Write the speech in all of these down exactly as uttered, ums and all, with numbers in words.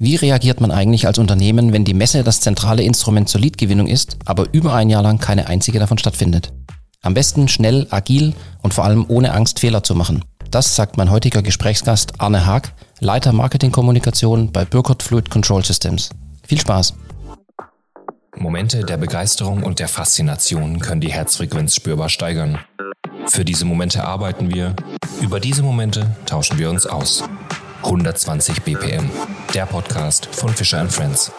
Wie reagiert man eigentlich als Unternehmen, wenn die Messe das zentrale Instrument zur Lead-Gewinnung ist, aber über ein Jahr lang keine einzige davon stattfindet? Am besten schnell, agil und vor allem ohne Angst, Fehler zu machen. Das sagt mein heutiger Gesprächsgast Arne Haag, Leiter Marketingkommunikation bei Burckhardt Fluid Control Systems. Viel Spaß! Momente der Begeisterung und der Faszination können die Herzfrequenz spürbar steigern. Für diese Momente arbeiten wir. Über diese Momente tauschen wir uns aus. hundertzwanzig B P M, der Podcast von Fischer and Friends.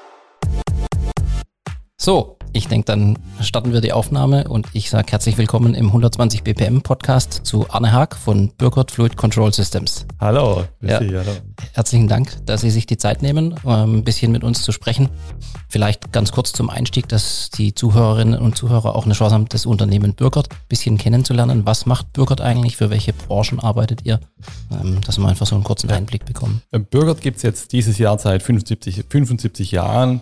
So, ich denke, dann starten wir die Aufnahme und ich sage herzlich willkommen im hundertzwanzig B P M Podcast zu Arne Haag von Burckhardt Fluid Control Systems. Hallo, ja, Sie, hallo. Herzlichen Dank, dass Sie sich die Zeit nehmen, um ein bisschen mit uns zu sprechen. Vielleicht ganz kurz zum Einstieg, dass die Zuhörerinnen und Zuhörer auch eine Chance haben, das Unternehmen Burckhardt ein bisschen kennenzulernen. Was macht Burckhardt eigentlich? Für welche Branchen arbeitet ihr? Dass wir einfach so einen kurzen Einblick bekommen. Burckhardt gibt es jetzt dieses Jahr seit fünfundsiebzig, fünfundsiebzig Jahren.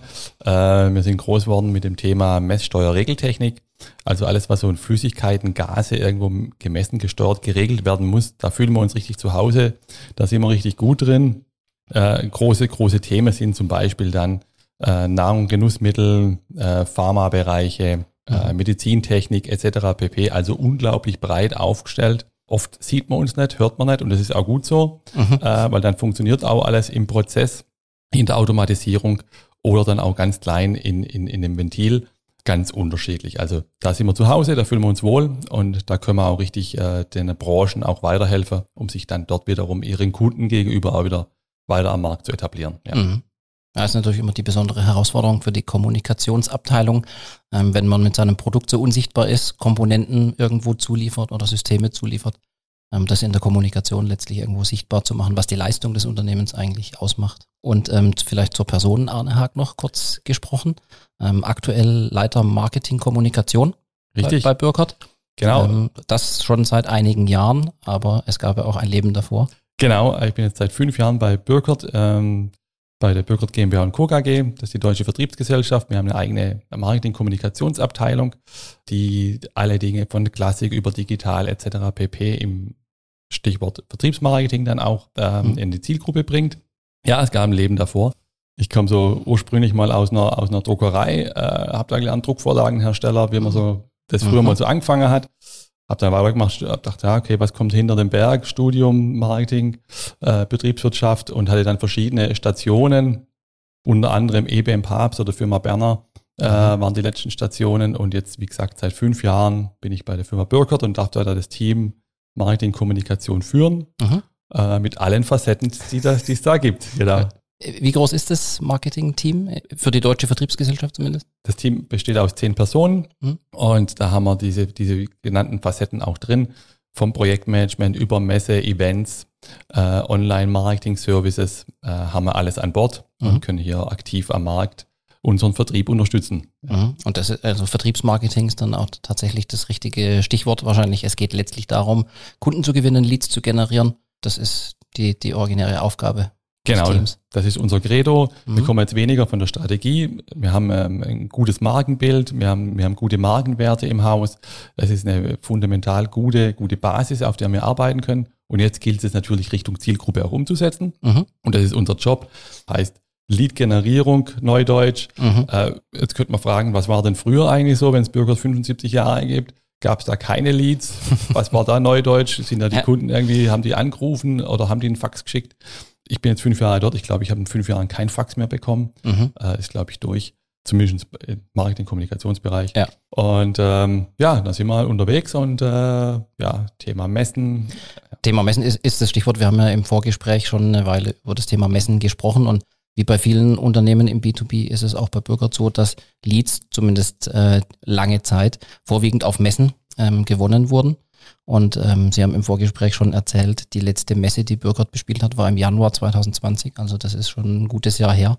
Wir sind groß geworden mit dem Thema Messsteuerregeltechnik. Also alles, was so in Flüssigkeiten, Gase irgendwo gemessen, gesteuert, geregelt werden muss, da fühlen wir uns richtig zu Hause. Da sind wir richtig gut drin. Äh, große, große Themen sind zum Beispiel dann äh, Nahrung, Genussmittel, äh, Pharmabereiche, äh, Medizintechnik et cetera pp. Also unglaublich breit aufgestellt. Oft sieht man uns nicht, hört man nicht und das ist auch gut so, mhm. äh, weil dann funktioniert auch alles im Prozess, in der Automatisierung oder dann auch ganz klein in, in, in dem Ventil. Ganz unterschiedlich. Also da sind wir zu Hause, da fühlen wir uns wohl und da können wir auch richtig äh, den Branchen auch weiterhelfen, um sich dann dort wiederum ihren Kunden gegenüber auch wieder weiter am Markt zu etablieren. Ja. Mhm. Das ist natürlich immer die besondere Herausforderung für die Kommunikationsabteilung, ähm, wenn man mit seinem Produkt so unsichtbar ist, Komponenten irgendwo zuliefert oder Systeme zuliefert, ähm, das in der Kommunikation letztlich irgendwo sichtbar zu machen, was die Leistung des Unternehmens eigentlich ausmacht. Und ähm, vielleicht zur Person Arne Haag noch kurz gesprochen. Ähm, aktuell Leiter Marketingkommunikation Richtig. bei, bei Burckhardt. Genau. Ähm, das schon seit einigen Jahren, aber es gab ja auch ein Leben davor. Genau, ich bin jetzt seit fünf Jahren bei Burckhardt, ähm, bei der Burckhardt GmbH und Co. K G. Das ist die deutsche Vertriebsgesellschaft. Wir haben eine eigene Marketing-Kommunikationsabteilung, die alle Dinge von Klassik über digital et cetera pp. Im Stichwort Vertriebsmarketing dann auch ähm, mhm. in die Zielgruppe bringt. Ja, es gab ein Leben davor. Ich komme so ursprünglich mal aus einer, aus einer Druckerei, äh, habe da gelernt, Druckvorlagenhersteller, wie man so das früher mhm. mal so angefangen hat. Habe dann weitergemacht, habe gedacht, ja, okay, was kommt hinter dem Berg? Studium, Marketing, äh, Betriebswirtschaft und hatte dann verschiedene Stationen, unter anderem E B M Papst oder Firma Berner äh, mhm. waren die letzten Stationen. Und jetzt, wie gesagt, seit fünf Jahren bin ich bei der Firma Burckhardt und darf da das Team Marketing, Kommunikation führen. Mhm. Mit allen Facetten, die, das, die es da gibt. Genau. Wie groß ist das Marketing-Team für die deutsche Vertriebsgesellschaft zumindest? Das Team besteht aus zehn Personen mhm. und da haben wir diese, diese genannten Facetten auch drin. Vom Projektmanagement über Messe, Events, äh, Online-Marketing-Services äh, haben wir alles an Bord mhm. und können hier aktiv am Markt unseren Vertrieb unterstützen. Mhm. Und das ist, also Vertriebsmarketing ist dann auch tatsächlich das richtige Stichwort wahrscheinlich. Es geht letztlich darum, Kunden zu gewinnen, Leads zu generieren. Das ist die, die originäre Aufgabe genau, des Teams. Das ist unser Credo. Mhm. Wir kommen jetzt weniger von der Strategie. Wir haben ähm, ein gutes Markenbild. Wir haben, wir haben gute Markenwerte im Haus. Das ist eine fundamental gute, gute Basis, auf der wir arbeiten können. Und jetzt gilt es natürlich Richtung Zielgruppe auch umzusetzen. Mhm. Und das ist unser Job. Heißt Lead-Generierung, Neudeutsch. Mhm. Äh, jetzt könnte man fragen, was war denn früher eigentlich so, wenn es Burckhardt fünfundsiebzig Jahre gibt? Gab es da keine Leads? Was war da Neudeutsch? Sind da die ja. Kunden irgendwie, haben die angerufen oder haben die einen Fax geschickt? Ich bin jetzt fünf Jahre dort. Ich glaube, ich habe in fünf Jahren keinen Fax mehr bekommen. Mhm. Äh, ist, glaube ich, durch. Zumindest im Marketing-Kommunikationsbereich. Ja. Und ähm, ja, da sind wir unterwegs und äh, ja, Thema Messen. Thema Messen ist, ist das Stichwort. Wir haben ja im Vorgespräch schon eine Weile über das Thema Messen gesprochen und wie bei vielen Unternehmen im B zwei B ist es auch bei Burckhardt so, dass Leads zumindest äh, lange Zeit vorwiegend auf Messen ähm, gewonnen wurden. Und ähm, Sie haben im Vorgespräch schon erzählt, die letzte Messe, die Burckhardt bespielt hat, war im Januar zwanzig zwanzig. Also das ist schon ein gutes Jahr her.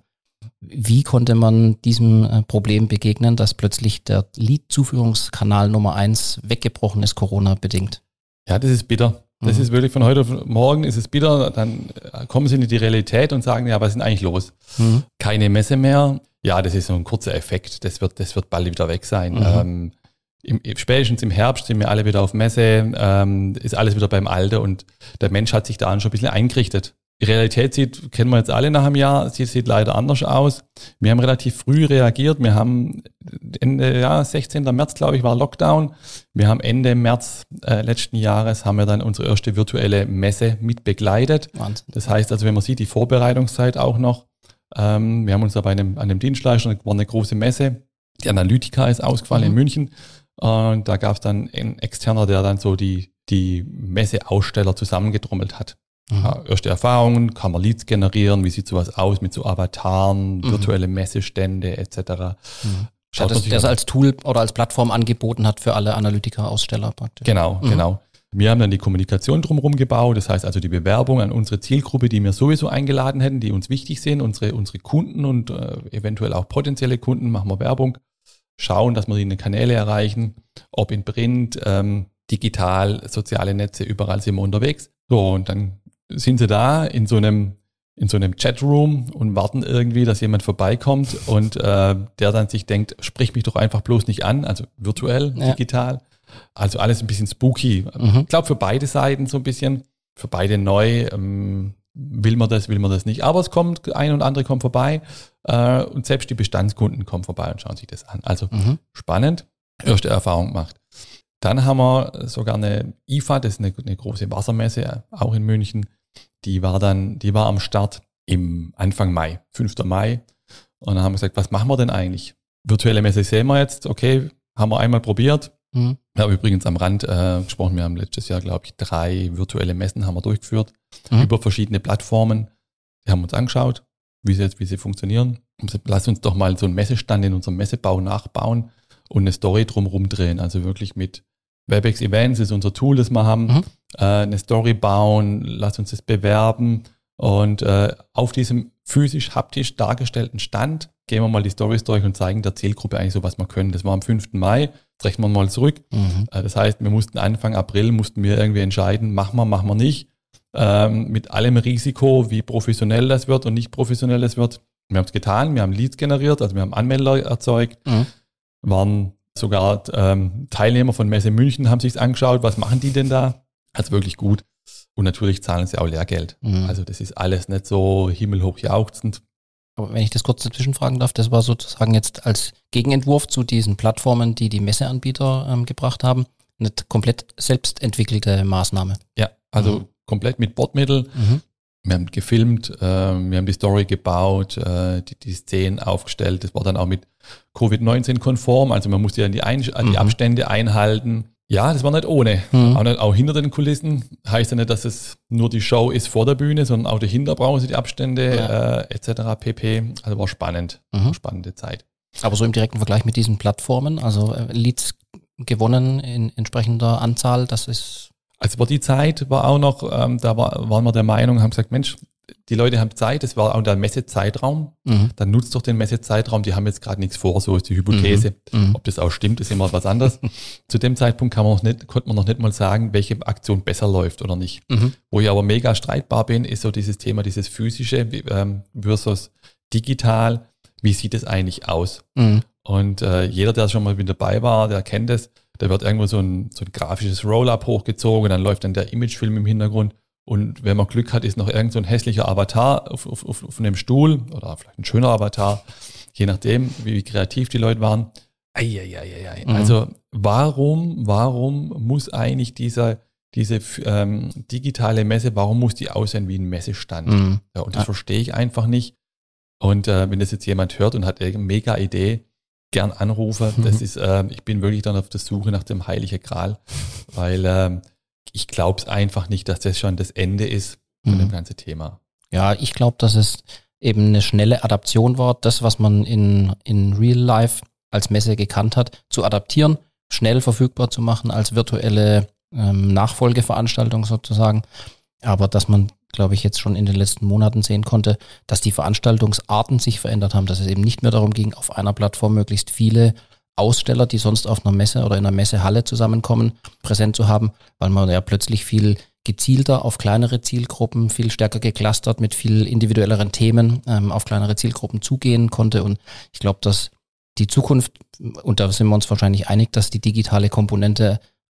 Wie konnte man diesem äh, Problem begegnen, dass plötzlich der Lead-Zuführungskanal Nummer eins weggebrochen ist, Corona-bedingt? Ja, das ist bitter. Das mhm. ist wirklich von heute auf morgen ist es bitter. Dann kommen sie in die Realität und sagen, ja, was ist denn eigentlich los? Mhm. Keine Messe mehr. Ja, das ist so ein kurzer Effekt. Das wird, das wird bald wieder weg sein. Mhm. Ähm, im, spätestens im Herbst sind wir alle wieder auf Messe, ähm, ist alles wieder beim Alten und der Mensch hat sich da schon ein bisschen eingerichtet Die Realität sieht, kennen wir jetzt alle nach einem Jahr, sie sieht leider anders aus. Wir haben relativ früh reagiert. Wir haben Ende, ja, sechzehnten März, glaube ich, war Lockdown. Wir haben Ende März äh, letzten Jahres haben wir dann unsere erste virtuelle Messe mit begleitet. Wahnsinn. Das heißt also, wenn man sieht, die Vorbereitungszeit auch noch. Ähm, wir haben uns da bei einem, an einem Dienstleister, war eine große Messe. Die Analytica ist ausgefallen mhm. in München. Und da gab es dann einen Externer, der dann so die, die Messeaussteller zusammengetrommelt hat. Mhm. Ja, erste Erfahrungen, kann man Leads generieren, wie sieht sowas aus mit so Avataren, mhm. virtuelle Messestände et cetera. Mhm. Ja, das, das als Tool oder als Plattform angeboten hat für alle Analytica-Aussteller praktisch. Genau, mhm. genau. Wir haben dann die Kommunikation drumherum gebaut, das heißt also die Bewerbung an unsere Zielgruppe, die wir sowieso eingeladen hätten, die uns wichtig sind, unsere, unsere Kunden und äh, eventuell auch potenzielle Kunden, machen wir Werbung, schauen, dass wir die in den Kanäle erreichen, ob in Print, ähm, digital, soziale Netze, überall sind wir unterwegs. So, und dann sind sie da in so einem in so einem Chatroom und warten irgendwie, dass jemand vorbeikommt und äh, der dann sich denkt, sprich mich doch einfach bloß nicht an, also virtuell, ja. digital. Also alles ein bisschen spooky. Mhm. Ich glaube für beide Seiten so ein bisschen, für beide neu. Ähm, will man das, will man das nicht. Aber es kommt, ein und andere kommt vorbei äh, und selbst die Bestandskunden kommen vorbei und schauen sich das an. Also mhm. spannend, erste Erfahrung gemacht. Dann haben wir sogar eine I F A, das ist eine, eine große Wassermesse, auch in München. Die war dann, die war am Start im Anfang Mai, fünften Mai. Und dann haben wir gesagt, was machen wir denn eigentlich? Virtuelle Messe sehen wir jetzt, okay, haben wir einmal probiert. Mhm. Wir haben übrigens am Rand äh, gesprochen, wir haben letztes Jahr, glaube ich, drei virtuelle Messen haben wir durchgeführt, mhm. über verschiedene Plattformen. Die haben uns angeschaut, wie sie jetzt, wie sie funktionieren. Und gesagt, lass uns doch mal so einen Messestand in unserem Messebau nachbauen und eine Story drumherum drehen. Also wirklich mit WebEx Events ist unser Tool, das wir haben. Mhm. Äh, eine Story bauen, lass uns das bewerben. Und äh, auf diesem physisch, haptisch dargestellten Stand gehen wir mal die Stories durch und zeigen der Zielgruppe eigentlich so, was wir können. Das war am fünften Mai, jetzt rechnen wir mal zurück. Mhm. Äh, das heißt, wir mussten Anfang April, mussten wir irgendwie entscheiden, machen wir, machen wir nicht. Ähm, mit allem Risiko, wie professionell das wird und nicht professionell das wird. Wir haben es getan, wir haben Leads generiert, also wir haben Anmelder erzeugt, mhm. waren sogar ähm, Teilnehmer von Messe München, haben sich angeschaut, was machen die denn da? Also wirklich gut. Und natürlich zahlen sie auch Lehrgeld. Mhm. Also das ist alles nicht so himmelhoch jauchzend. Aber wenn ich das kurz dazwischen fragen darf, das war sozusagen jetzt als Gegenentwurf zu diesen Plattformen, die die Messeanbieter ähm, gebracht haben, eine komplett selbstentwickelte Maßnahme. Ja, also mhm. komplett mit Bordmittel. Mhm. Wir haben gefilmt, äh, wir haben die Story gebaut, äh, die, die Szenen aufgestellt. Das war dann auch mit Covid neunzehn konform, also man musste ja die, Ein- die mhm. Abstände einhalten. Ja, das war nicht ohne. Mhm. Auch, nicht, auch hinter den Kulissen heißt ja nicht, dass es nur die Show ist vor der Bühne, sondern auch dahinter brauchen sie die Abstände ja. äh, et cetera pp. Also war spannend, mhm. war spannende Zeit. Aber so im direkten Vergleich mit diesen Plattformen, also äh, Leads gewonnen in entsprechender Anzahl, das ist... Also war die Zeit, war auch noch, ähm, da war, waren wir der Meinung, haben gesagt, Mensch, die Leute haben Zeit, das war auch der Messezeitraum, mhm. dann nutzt doch den Messezeitraum, die haben jetzt gerade nichts vor, so ist die Hypothese. Mhm. Ob das auch stimmt, ist immer was anderes. Zu dem Zeitpunkt kann man noch nicht, konnte man noch nicht mal sagen, welche Aktion besser läuft oder nicht. Mhm. Wo ich aber mega streitbar bin, ist so dieses Thema, dieses physische ähm, versus digital. Wie sieht es eigentlich aus? Mhm. Und äh, jeder, der schon mal mit dabei war, der kennt es. Da wird irgendwo so ein, so ein grafisches Roll-Up hochgezogen, dann läuft dann der Imagefilm im Hintergrund. Und wenn man Glück hat, ist noch irgend so ein hässlicher Avatar auf, auf, auf, auf einem Stuhl oder vielleicht ein schöner Avatar, je nachdem, wie, wie kreativ die Leute waren. Eieieiei. Mhm. Also warum, warum muss eigentlich dieser, diese ähm, digitale Messe, warum muss die aussehen wie ein Messestand? Mhm. Ja, und das ja. verstehe ich einfach nicht. Und äh, wenn das jetzt jemand hört und hat eine mega Idee, gern anrufe. Mhm. Das ist, äh, ich bin wirklich dann auf der Suche nach dem heiligen Gral, weil äh, ich glaube es einfach nicht, dass das schon das Ende ist von mhm. dem ganzen Thema. Ja, ich glaube, dass es eben eine schnelle Adaption war, das, was man in, in Real Life als Messe gekannt hat, zu adaptieren, schnell verfügbar zu machen als virtuelle ähm, Nachfolgeveranstaltung sozusagen. Aber dass man, glaube ich, jetzt schon in den letzten Monaten sehen konnte, dass die Veranstaltungsarten sich verändert haben, dass es eben nicht mehr darum ging, auf einer Plattform möglichst viele Aussteller, die sonst auf einer Messe oder in einer Messehalle zusammenkommen, präsent zu haben, weil man ja plötzlich viel gezielter auf kleinere Zielgruppen, viel stärker geclustert mit viel individuelleren Themen ähm, auf kleinere Zielgruppen zugehen konnte. Und ich glaube, dass die Zukunft, und da sind wir uns wahrscheinlich einig, dass die digitale Komponente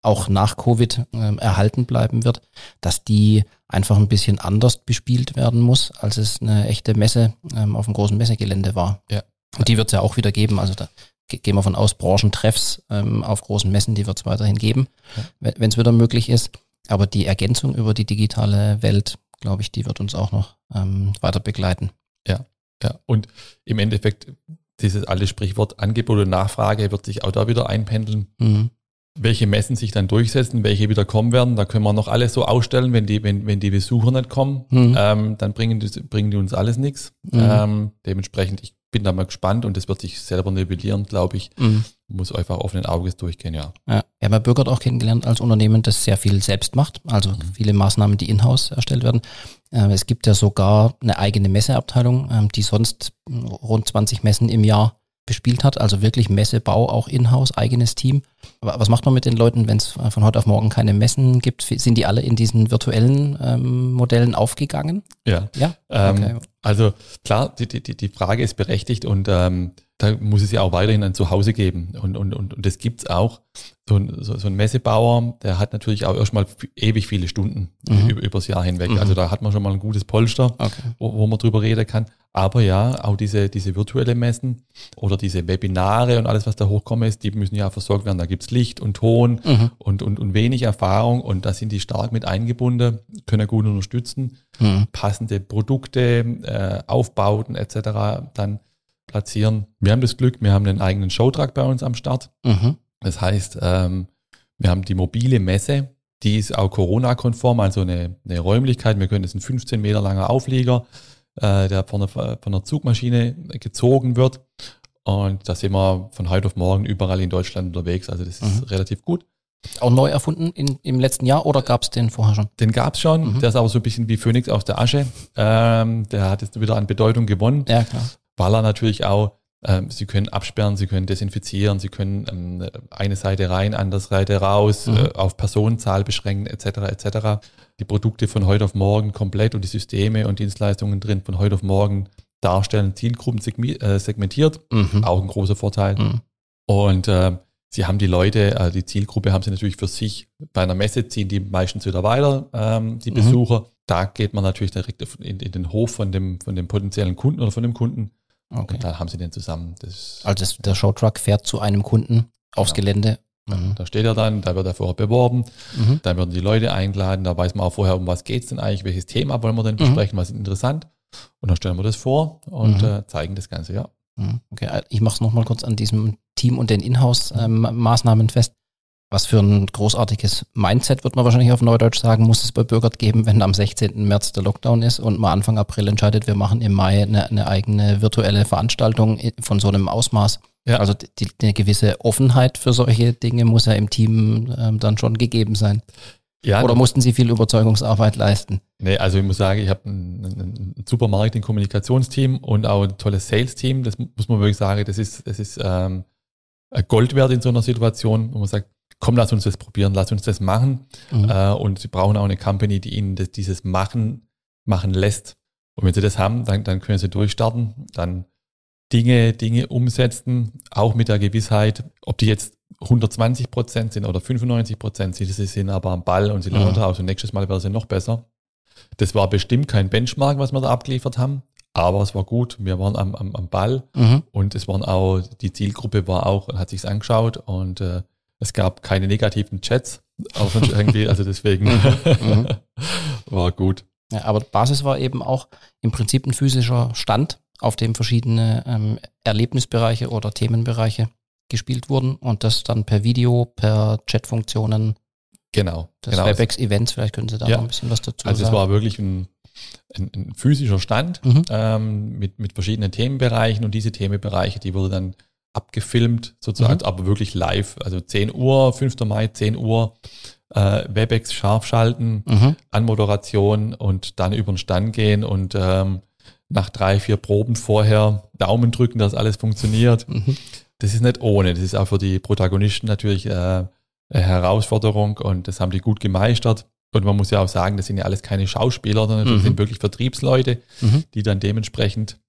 auch nach Covid äh, erhalten bleiben wird, dass die einfach ein bisschen anders bespielt werden muss, als es eine echte Messe ähm, auf dem großen Messegelände war. Ja. Und die wird es ja auch wieder geben. Also da ge- gehen wir von aus, Branchentreffs ähm, auf großen Messen, die wird es weiterhin geben, ja. wenn es wieder möglich ist. Aber die Ergänzung über die digitale Welt, glaube ich, die wird uns auch noch ähm, weiter begleiten. Ja, ja. Und im Endeffekt, dieses alte Sprichwort Angebot und Nachfrage wird sich auch da wieder einpendeln. Mhm. Welche Messen sich dann durchsetzen, welche wieder kommen werden, da können wir noch alles so ausstellen, wenn die, wenn, wenn die Besucher nicht kommen, mhm. ähm, dann bringen die, bringen die uns alles nichts. Mhm. Ähm, dementsprechend, ich bin da mal gespannt und das wird sich selber nivellieren, glaube ich. Mhm. Muss einfach offenen Auges durchgehen, ja. Ja, wir haben ja Burckhardt auch kennengelernt als Unternehmen, das sehr viel selbst macht, also mhm. viele Maßnahmen, die in-house erstellt werden. Ähm, es gibt ja sogar eine eigene Messeabteilung, ähm, die sonst rund zwanzig Messen im Jahr bespielt hat, also wirklich Messebau, auch in-house, eigenes Team. Aber was macht man mit den Leuten, wenn es von heute auf morgen keine Messen gibt? Sind die alle in diesen virtuellen ähm, Modellen aufgegangen? Ja, ja? Ähm, okay. Also klar, die, die, die Frage ist berechtigt und ähm, da muss es ja auch weiterhin ein Zuhause geben und, und, und, und das gibt's auch. So ein, so, so ein Messebauer, der hat natürlich auch erstmal ewig viele Stunden mhm. über, übers Jahr hinweg. Mhm. Also da hat man schon mal ein gutes Polster, okay. wo, wo man drüber reden kann. Aber ja, auch diese, diese virtuelle Messen oder diese Webinare und alles, was da hochkommen ist, die müssen ja versorgt werden. Da gibt's Licht und Ton mhm. und, und, und wenig Erfahrung und da sind die stark mit eingebunden, können gut unterstützen, mhm. passende Produkte, äh, Aufbauten et cetera dann platzieren. Wir haben das Glück, wir haben einen eigenen Showtruck bei uns am Start. Mhm. Das heißt, ähm, wir haben die mobile Messe, die ist auch Corona-konform, also eine, eine Räumlichkeit. Wir können, das ist ein fünfzehn Meter langer Auflieger, äh, der von einer, von einer Zugmaschine gezogen wird. Und da sind wir von heute auf morgen überall in Deutschland unterwegs. Also das ist mhm. relativ gut. Auch neu erfunden in, im letzten Jahr oder gab es den vorher schon? Den gab es schon. Mhm. Der ist aber so ein bisschen wie Phönix aus der Asche. Ähm, der hat jetzt wieder an Bedeutung gewonnen. Ja, klar. Weil er natürlich auch, ähm, Sie können absperren, Sie können desinfizieren, Sie können ähm, eine Seite rein, andere Seite raus, mhm. äh, auf Personenzahl beschränken et cetera et cetera. Die Produkte von heute auf morgen komplett und die Systeme und Dienstleistungen drin von heute auf morgen darstellen, Zielgruppen segmentiert, mhm. auch ein großer Vorteil. Mhm. Und äh, Sie haben die Leute, äh, die Zielgruppe haben Sie natürlich für sich. Bei einer Messe ziehen die meistens wieder weiter, ähm, die Besucher. Mhm. Da geht man natürlich direkt in, in den Hof von dem, von dem potenziellen Kunden oder von dem Kunden. Okay. Und da haben Sie den zusammen. Das, also das, der Showtruck fährt zu einem Kunden aufs genau. Gelände. Mhm. Da steht er dann, da wird er vorher beworben, mhm. dann werden die Leute eingeladen, da weiß man auch vorher, um was geht's denn eigentlich, welches Thema wollen wir denn besprechen, mhm. was ist interessant. Und dann stellen wir das vor und mhm. äh, zeigen das Ganze, ja. Okay, ich mache es nochmal kurz an diesem Team und den Inhouse-Maßnahmen fest. Was für ein großartiges Mindset, wird man wahrscheinlich auf Neudeutsch sagen, muss es bei Burckhardt geben, wenn am sechzehnten März der Lockdown ist und man Anfang April entscheidet, wir machen im Mai eine, eine eigene virtuelle Veranstaltung von so einem Ausmaß. Ja. Also die, die, eine gewisse Offenheit für solche Dinge muss ja im Team ähm, dann schon gegeben sein. Ja, oder mussten Sie viel Überzeugungsarbeit leisten? Nee, also ich muss sagen, ich habe ein, ein, ein super Marketing-Kommunikationsteam und auch ein tolles Sales-Team. Das muss man wirklich sagen, das ist, das ist ähm, Gold wert in so einer Situation, wo man sagt, komm, lass uns das probieren, lass uns das machen. Mhm. Äh, und Sie brauchen auch eine Company, die Ihnen das, dieses Machen machen lässt. Und wenn Sie das haben, dann, dann können Sie durchstarten, dann Dinge, Dinge umsetzen, auch mit der Gewissheit, ob die jetzt hundertzwanzig Prozent sind oder fünfundneunzig Prozent sind, sie sind aber am Ball und sie lernen mhm. aus und nächstes Mal werden sie noch besser. Das war bestimmt kein Benchmark, was wir da abgeliefert haben, aber es war gut. Wir waren am, am, am Ball mhm. und es waren auch, die Zielgruppe war auch, hat sich's angeschaut und äh, es gab keine negativen Chats, auch irgendwie, also deswegen mhm. war gut. Ja, aber Basis war eben auch im Prinzip ein physischer Stand, auf dem verschiedene ähm, Erlebnisbereiche oder Themenbereiche gespielt wurden und das dann per Video, per Chatfunktionen. Genau. Das genau. WebEx-Events, vielleicht können Sie da ja. noch ein bisschen was dazu also sagen. Also es war wirklich ein, ein, ein physischer Stand mhm. ähm, mit, mit verschiedenen Themenbereichen und diese Themenbereiche, die wurde dann abgefilmt, sozusagen, mhm. aber wirklich live. Also zehn Uhr, fünfter Mai, zehn Uhr, äh, WebEx scharf schalten, mhm. Anmoderation und dann über den Stand gehen und ähm, nach drei, vier Proben vorher Daumen drücken, dass alles funktioniert. Mhm. Das ist nicht ohne. Das ist auch für die Protagonisten natürlich äh, eine Herausforderung und das haben die gut gemeistert. Und man muss ja auch sagen, das sind ja alles keine Schauspieler, sondern das mhm. sind wirklich Vertriebsleute, mhm. die dann dementsprechend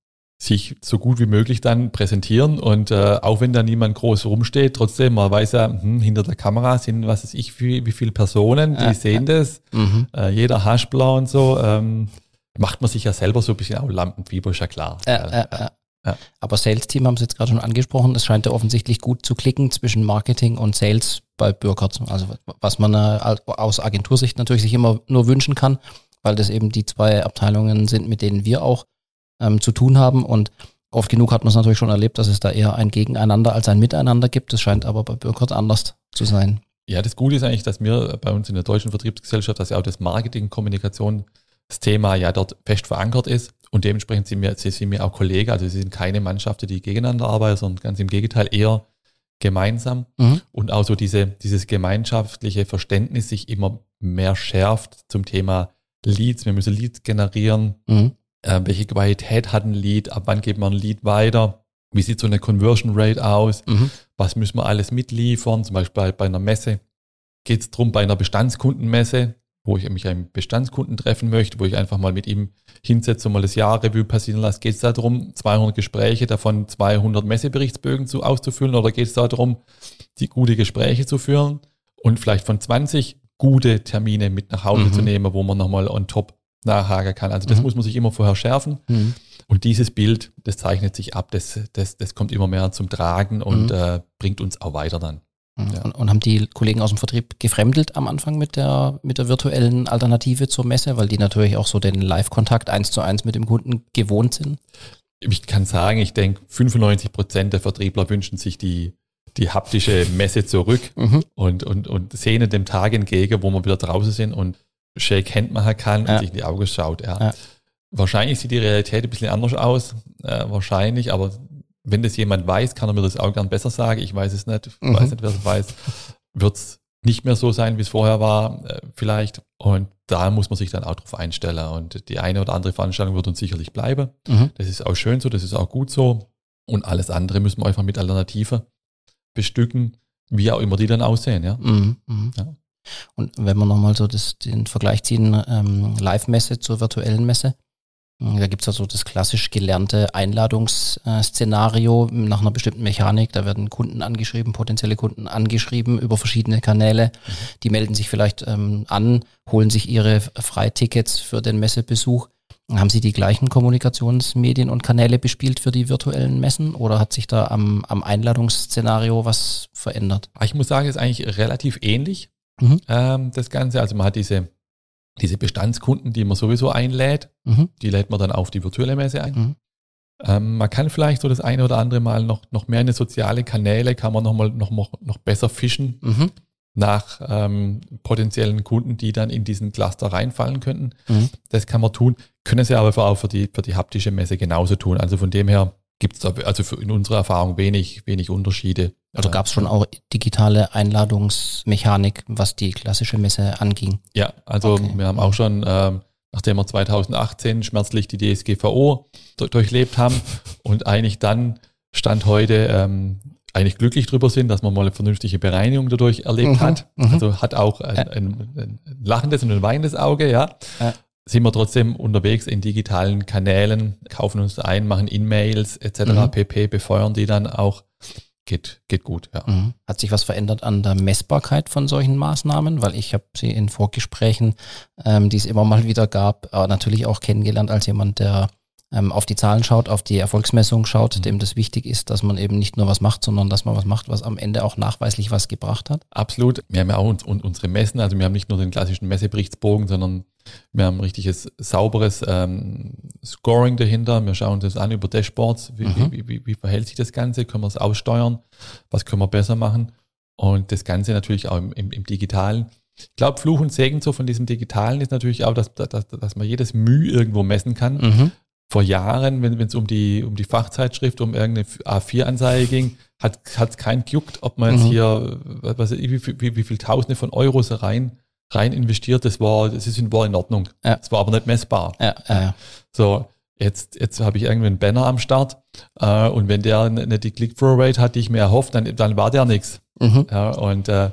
sich so gut wie möglich dann präsentieren und äh, auch wenn da niemand groß rumsteht, trotzdem, man weiß ja, hm, hinter der Kamera sind, was weiß ich, wie, wie viele Personen, die ja, sehen ja. das, mhm. äh, jeder Haschblau und so, ähm, macht man sich ja selber so ein bisschen auch Lampenfieber, ist ja klar. Äh, äh, äh. Ja. Aber Sales-Team haben Sie jetzt gerade schon angesprochen, es scheint ja offensichtlich gut zu klicken zwischen Marketing und Sales bei Burkhardt, also was man äh, aus Agentursicht natürlich sich immer nur wünschen kann, weil das eben die zwei Abteilungen sind, mit denen wir auch ähm, zu tun haben und oft genug hat man es natürlich schon erlebt, dass es da eher ein Gegeneinander als ein Miteinander gibt. Das scheint aber bei Burkhardt anders zu sein. Ja, das Gute ist eigentlich, dass wir bei uns in der deutschen Vertriebsgesellschaft, dass ja auch das Marketing, Kommunikation, das Thema ja dort fest verankert ist und dementsprechend sind wir, sie sind mir auch Kollegen, also sie sind keine Mannschaften, die gegeneinander arbeiten, sondern ganz im Gegenteil eher gemeinsam mhm. und auch so diese, dieses gemeinschaftliche Verständnis sich immer mehr schärft zum Thema Leads. Wir müssen Leads generieren. Mhm. Äh, welche Qualität hat ein Lead? Ab wann geht man ein Lead weiter? Wie sieht so eine Conversion Rate aus? Mhm. Was müssen wir alles mitliefern? Zum Beispiel bei, bei einer Messe geht es darum, bei einer Bestandskundenmesse, wo ich mich einen Bestandskunden treffen möchte, wo ich einfach mal mit ihm hinsetze und mal das Jahrrevue passieren lasse. Geht es da darum, zweihundert Gespräche, davon zweihundert Messeberichtsbögen zu, auszufüllen oder geht es da darum, die gute Gespräche zu führen und vielleicht von zwanzig gute Termine mit nach Hause mhm. zu nehmen, wo man nochmal on top nachhaken kann. Also das mhm. muss man sich immer vorher schärfen. Mhm. Und dieses Bild, das zeichnet sich ab, das, das, das kommt immer mehr zum Tragen und mhm. äh, bringt uns auch weiter dann. Mhm. Ja. Und, und haben die Kollegen aus dem Vertrieb gefremdelt am Anfang mit der, mit der virtuellen Alternative zur Messe, weil die natürlich auch so den Live-Kontakt eins zu eins mit dem Kunden gewohnt sind? Ich kann sagen, ich denke, fünfundneunzig Prozent der Vertriebler wünschen sich die die haptische Messe zurück mhm. und, und, und sehnen dem Tag entgegen, wo wir wieder draußen sind und Shake Hand machen kann ja. und sich in die Augen schaut. Ja. Ja. Wahrscheinlich sieht die Realität ein bisschen anders aus, äh, wahrscheinlich, aber wenn das jemand weiß, kann er mir das auch gern besser sagen. Ich weiß es nicht, ich mhm. weiß nicht, wer es weiß. Wird es nicht mehr so sein, wie es vorher war, äh, vielleicht. Und da muss man sich dann auch drauf einstellen. Und die eine oder andere Veranstaltung wird uns sicherlich bleiben. Mhm. Das ist auch schön so, das ist auch gut so. Und alles andere müssen wir einfach mit Alternativen bestücken, wie auch immer die dann aussehen. Ja. Mhm, mh. ja. Und wenn wir nochmal so das, den Vergleich ziehen, ähm, Live-Messe zur virtuellen Messe, da gibt es ja so das klassisch gelernte Einladungsszenario nach einer bestimmten Mechanik. Da werden Kunden angeschrieben, potenzielle Kunden angeschrieben über verschiedene Kanäle. Mhm. Die melden sich vielleicht ähm, an, holen sich ihre Freitickets für den Messebesuch. Haben Sie die gleichen Kommunikationsmedien und Kanäle bespielt für die virtuellen Messen oder hat sich da am, am Einladungsszenario was verändert? Ich muss sagen, es ist eigentlich relativ ähnlich, mhm. ähm, das Ganze. Also man hat diese, diese Bestandskunden, die man sowieso einlädt, mhm. die lädt man dann auf die virtuelle Messe ein. Mhm. Ähm, man kann vielleicht so das eine oder andere Mal noch, noch mehr in die soziale Kanäle, kann man noch mal noch, noch, noch besser fischen. Mhm. nach ähm, potenziellen Kunden, die dann in diesen Cluster reinfallen könnten. Mhm. Das kann man tun, können sie aber auch für die, für die haptische Messe genauso tun. Also von dem her gibt es also für in unserer Erfahrung wenig, wenig Unterschiede. Also gab es schon auch digitale Einladungsmechanik, was die klassische Messe anging? Ja, also okay. wir haben auch schon, ähm, nachdem wir zweitausendachtzehn schmerzlich die D S G V O d- durchlebt haben und eigentlich dann Stand heute ähm, eigentlich glücklich drüber sind, dass man mal eine vernünftige Bereinigung dadurch erlebt mhm, hat. Also hat auch ein, ein, ein lachendes und ein weinendes Auge, ja. ja. Sind wir trotzdem unterwegs in digitalen Kanälen, kaufen uns ein, machen In-Mails et cetera mhm. pp, befeuern die dann auch. Geht, geht gut, ja. Mhm. Hat sich was verändert an der Messbarkeit von solchen Maßnahmen? Weil ich habe sie in Vorgesprächen, ähm, die es immer mal wieder gab, aber natürlich auch kennengelernt als jemand, der auf die Zahlen schaut, auf die Erfolgsmessung schaut, mhm. dem das wichtig ist, dass man eben nicht nur was macht, sondern dass man was macht, was am Ende auch nachweislich was gebracht hat. Absolut. Wir haben ja auch uns, und unsere Messen, also wir haben nicht nur den klassischen Messeberichtsbogen, sondern wir haben ein richtiges, sauberes ähm, Scoring dahinter. Wir schauen uns das an über Dashboards. Wie, mhm. wie, wie, wie verhält sich das Ganze? Können wir es aussteuern? Was können wir besser machen? Und das Ganze natürlich auch im, im, im Digitalen. Ich glaube, Fluch und Segen so von diesem Digitalen ist natürlich auch, dass, dass, dass man jedes Mühe irgendwo messen kann. Mhm. Vor Jahren, wenn es um die, um die Fachzeitschrift, um irgendeine A vier Anzeige ging, hat es keinen gejuckt, ob man jetzt mhm. hier, was, wie, wie, wie viel Tausende von Euros rein, rein investiert. Das war, das ist, war in Ordnung. Ja. Das war aber nicht messbar. Ja, ja, ja. So, jetzt, jetzt habe ich irgendwie einen Banner am Start äh, und wenn der nicht die Click-Through-Rate hat, die ich mir erhofft, dann, dann war der nichts. Mhm. Ja, und äh,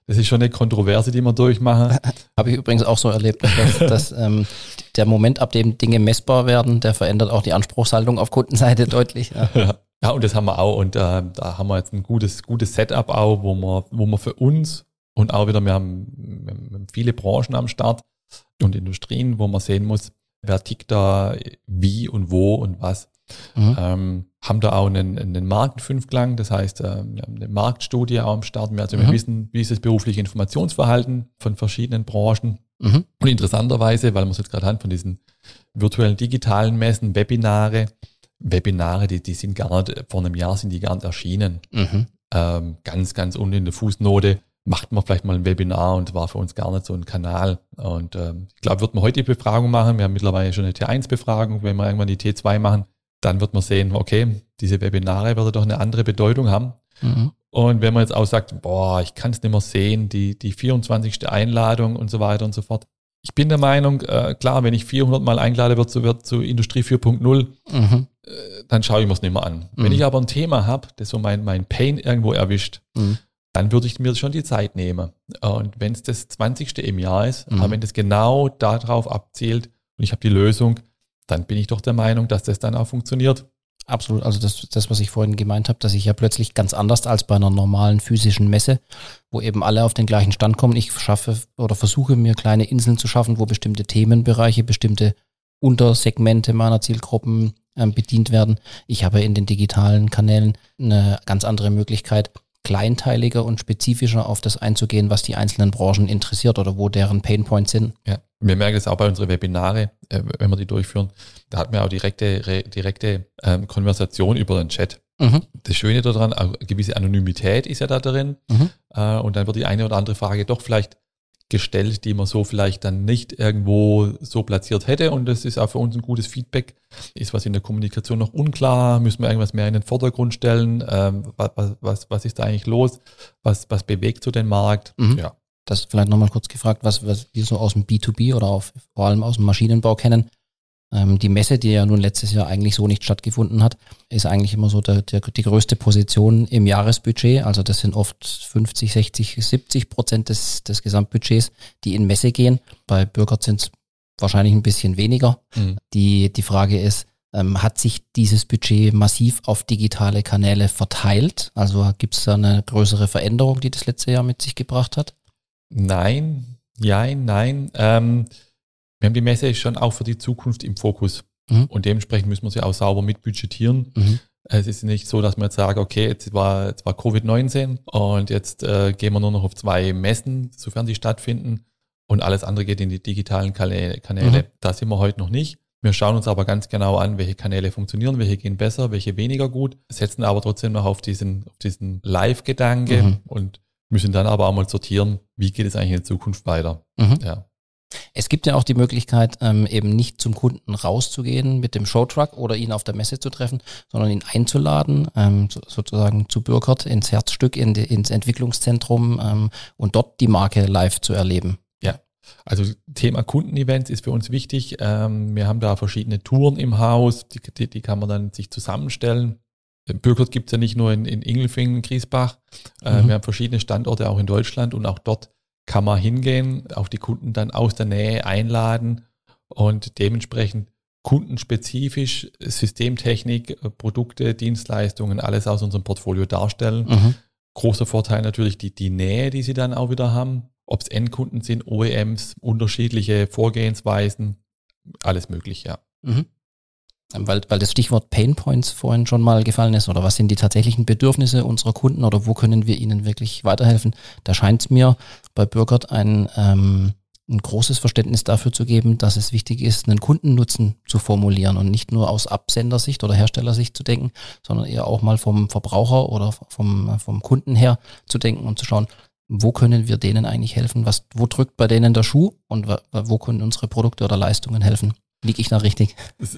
Das ist schon eine Kontroverse, die wir durchmachen. Habe ich übrigens auch so erlebt, dass, dass ähm, der Moment, ab dem Dinge messbar werden, der verändert auch die Anspruchshaltung auf Kundenseite deutlich. Ja, ja. ja und das haben wir auch. Und äh, da haben wir jetzt ein gutes, gutes Setup auch, wo wir, wo wir für uns und auch wieder, wir haben, wir haben viele Branchen am Start und Industrien, wo man sehen muss, wer tickt da wie und wo und was. Mhm. Ähm, haben da auch einen, einen Markenfünfklang, das heißt, äh, wir haben eine Marktstudie auch am Start. Wir, also mhm. wir wissen, wie ist das berufliche Informationsverhalten von verschiedenen Branchen. Mhm. Und interessanterweise, weil wir es jetzt gerade haben von diesen virtuellen digitalen Messen, Webinare, Webinare, die, die sind gar nicht, vor einem Jahr sind die gar nicht erschienen. Mhm. Ähm, ganz, ganz unten in der Fußnote macht man vielleicht mal ein Webinar und war für uns gar nicht so ein Kanal. Und ähm, ich glaube, wird man heute die Befragung machen. Wir haben mittlerweile schon eine T eins Befragung. Wenn wir irgendwann die T zwei machen, dann wird man sehen, okay, diese Webinare werden doch eine andere Bedeutung haben. Mhm. Und wenn man jetzt auch sagt, boah, ich kann es nicht mehr sehen, die, die vierundzwanzigste Einladung und so weiter und so fort. Ich bin der Meinung, äh, klar, wenn ich vierhundert Mal eingeladen wird, so wird zu Industrie vier Punkt null, mhm. äh, dann schaue ich mir es nicht mehr an. Mhm. Wenn ich aber ein Thema habe, das so mein, mein Pain irgendwo erwischt, mhm. dann würde ich mir schon die Zeit nehmen. Und wenn es das zwanzigste im Jahr ist, mhm. aber wenn das genau darauf abzielt und ich habe die Lösung, dann bin ich doch der Meinung, dass das dann auch funktioniert. Absolut, also das, das, was ich vorhin gemeint habe, dass ich ja plötzlich ganz anders als bei einer normalen physischen Messe, wo eben alle auf den gleichen Stand kommen, ich schaffe oder versuche mir kleine Inseln zu schaffen, wo bestimmte Themenbereiche, bestimmte Untersegmente meiner Zielgruppen ähm, bedient werden. Ich habe in den digitalen Kanälen eine ganz andere Möglichkeit, kleinteiliger und spezifischer auf das einzugehen, was die einzelnen Branchen interessiert oder wo deren Painpoints sind. Ja, wir merken das auch bei unseren Webinare, äh, wenn wir die durchführen. Da hat man auch direkte, re, direkte ähm, Konversation über den Chat. Mhm. Das Schöne daran, auch eine gewisse Anonymität ist ja da drin. Mhm. Äh, und dann wird die eine oder andere Frage doch vielleicht gestellt, die man so vielleicht dann nicht irgendwo so platziert hätte. Und das ist auch für uns ein gutes Feedback. Ist was in der Kommunikation noch unklar? Müssen wir irgendwas mehr in den Vordergrund stellen? Ähm, was, was, was ist da eigentlich los? Was, was bewegt so den Markt? Mhm. Ja. Das vielleicht nochmal kurz gefragt, was, was wir so aus dem B zwei B oder auch vor allem aus dem Maschinenbau kennen. Ähm, die Messe, die ja nun letztes Jahr eigentlich so nicht stattgefunden hat, ist eigentlich immer so der, der, die größte Position im Jahresbudget. Also das sind oft fünfzig, sechzig, siebzig Prozent des, des Gesamtbudgets, die in Messe gehen. Bei Burckhardt sind es wahrscheinlich ein bisschen weniger. Mhm. Die, die Frage ist, ähm, hat sich dieses Budget massiv auf digitale Kanäle verteilt? Also gibt es da eine größere Veränderung, die das letzte Jahr mit sich gebracht hat? Nein, nein, nein. Ähm, wir haben die Messe schon auch für die Zukunft im Fokus. Mhm. Und dementsprechend müssen wir sie auch sauber mitbudgetieren. Mhm. Es ist nicht so, dass wir jetzt sagen, okay, jetzt war, jetzt war Covid neunzehn und jetzt äh, gehen wir nur noch auf zwei Messen, sofern die stattfinden. Und alles andere geht in die digitalen Kanäle. Kanäle. Mhm. Da sind wir heute noch nicht. Wir schauen uns aber ganz genau an, welche Kanäle funktionieren, welche gehen besser, welche weniger gut, setzen aber trotzdem noch auf diesen, auf diesen Live-Gedanke mhm. und müssen dann aber auch mal sortieren, wie geht es eigentlich in der Zukunft weiter. Mhm. Ja. Es gibt ja auch die Möglichkeit, ähm, eben nicht zum Kunden rauszugehen mit dem Showtruck oder ihn auf der Messe zu treffen, sondern ihn einzuladen, ähm, so, sozusagen zu Burckhardt ins Herzstück, in die, ins Entwicklungszentrum ähm, und dort die Marke live zu erleben. Ja, also Thema Kundenevents ist für uns wichtig. Ähm, wir haben da verschiedene Touren im Haus, die, die, die kann man dann sich zusammenstellen. Burckhardt gibt es ja nicht nur in, in Ingelfingen, Griesbach. Äh, mhm. Wir haben verschiedene Standorte auch in Deutschland und auch dort kann man hingehen, auch die Kunden dann aus der Nähe einladen und dementsprechend kundenspezifisch Systemtechnik, Produkte, Dienstleistungen, alles aus unserem Portfolio darstellen. Mhm. Großer Vorteil natürlich die, die Nähe, die sie dann auch wieder haben. Ob es Endkunden sind, O E Ms, unterschiedliche Vorgehensweisen, alles möglich, ja. Mhm. Weil, weil das Stichwort Pain Points vorhin schon mal gefallen ist, oder was sind die tatsächlichen Bedürfnisse unserer Kunden oder wo können wir ihnen wirklich weiterhelfen? Da scheint es mir bei Burckhardt ein, ähm, ein großes Verständnis dafür zu geben, dass es wichtig ist, einen Kundennutzen zu formulieren und nicht nur aus Absendersicht oder Herstellersicht zu denken, sondern eher auch mal vom Verbraucher oder vom, vom Kunden her zu denken und zu schauen, wo können wir denen eigentlich helfen? Was, wo drückt bei denen der Schuh und wo können unsere Produkte oder Leistungen helfen? Liege ich da richtig?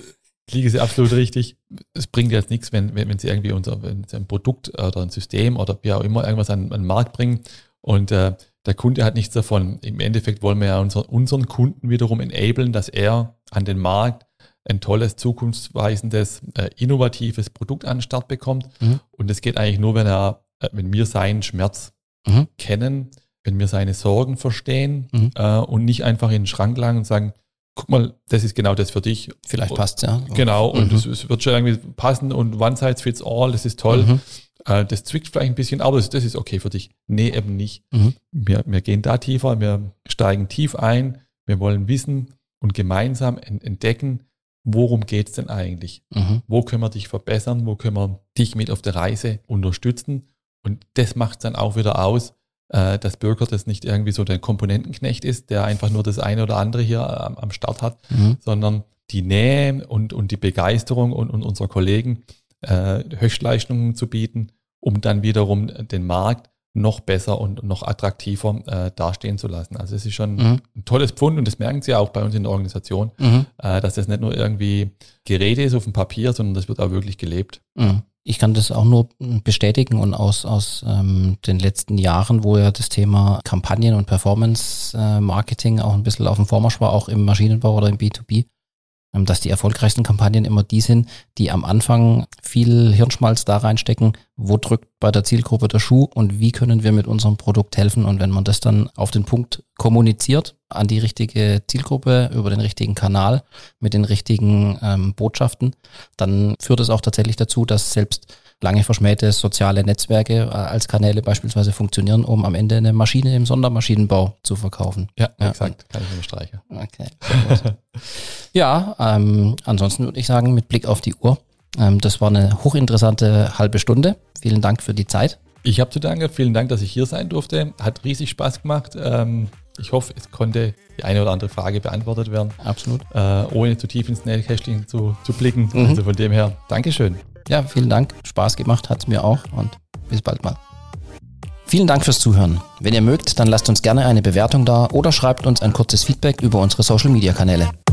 Liege Sie absolut richtig. Es bringt jetzt nichts, wenn, wenn, wenn Sie irgendwie unser, wenn Sie ein Produkt oder ein System oder wie auch immer irgendwas an, an den Markt bringen und äh, der Kunde hat nichts davon. Im Endeffekt wollen wir ja unser, unseren Kunden wiederum enablen, dass er an den Markt ein tolles, zukunftsweisendes, äh, innovatives Produkt an den Start bekommt. Mhm. Und das geht eigentlich nur, wenn er, äh, wenn wir seinen Schmerz mhm. kennen, wenn wir seine Sorgen verstehen Mhm. äh, und nicht einfach in den Schrank langen und sagen, guck mal, das ist genau das für dich. Vielleicht und, passt's, ja. Genau, und Mhm. es, es wird schon irgendwie passen und one size fits all, das ist toll. Mhm. Äh, das zwickt vielleicht ein bisschen, aber das, das ist okay für dich. Nee, eben nicht. Mhm. Wir, wir gehen da tiefer, wir steigen tief ein, wir wollen wissen und gemeinsam entdecken, worum geht's denn eigentlich? Mhm. Wo können wir dich verbessern? Wo können wir dich mit auf der Reise unterstützen? Und das macht dann auch wieder aus, äh, dass Burkhard das nicht irgendwie so der Komponentenknecht ist, der einfach nur das eine oder andere hier am, am Start hat, Mhm. sondern die Nähe und, und die Begeisterung und, und unserer Kollegen, äh, Höchstleistungen zu bieten, um dann wiederum den Markt noch besser und noch attraktiver äh, dastehen zu lassen. Also es ist schon Mhm. ein tolles Pfund und das merken Sie auch bei uns in der Organisation, Mhm. äh, dass das nicht nur irgendwie Gerede ist auf dem Papier, sondern das wird auch wirklich gelebt. Mhm. Ich kann das auch nur bestätigen und aus, aus ähm, den letzten Jahren, wo ja das Thema Kampagnen und Performance-Marketing auch ein bisschen auf dem Vormarsch war, auch im Maschinenbau oder im B zwei B, ähm, dass die erfolgreichsten Kampagnen immer die sind, die am Anfang viel Hirnschmalz da reinstecken, wo drückt bei der Zielgruppe der Schuh und wie können wir mit unserem Produkt helfen. Und wenn man das dann auf den Punkt kommuniziert, an die richtige Zielgruppe, über den richtigen Kanal, mit den richtigen ähm, Botschaften, dann führt es auch tatsächlich dazu, dass selbst lange verschmähte soziale Netzwerke äh, als Kanäle beispielsweise funktionieren, um am Ende eine Maschine im Sondermaschinenbau zu verkaufen. Ja, Ja, exakt, kann ich unterstreichen. Okay, sehr gut. Ja, ähm, ansonsten würde ich sagen, mit Blick auf die Uhr, ähm, das war eine hochinteressante halbe Stunde. Vielen Dank für die Zeit. Ich habe zu danken, vielen Dank, dass ich hier sein durfte. Hat riesig Spaß gemacht. Ähm, ich hoffe, es konnte die eine oder andere Frage beantwortet werden, Absolut. äh, ohne zu tief ins Nähkästchen zu, zu blicken. Mhm. Also von dem her, Dankeschön. Ja, vielen Dank. Spaß gemacht hat es mir auch und bis bald mal. Vielen Dank fürs Zuhören. Wenn ihr mögt, dann lasst uns gerne eine Bewertung da oder schreibt uns ein kurzes Feedback über unsere Social-Media-Kanäle.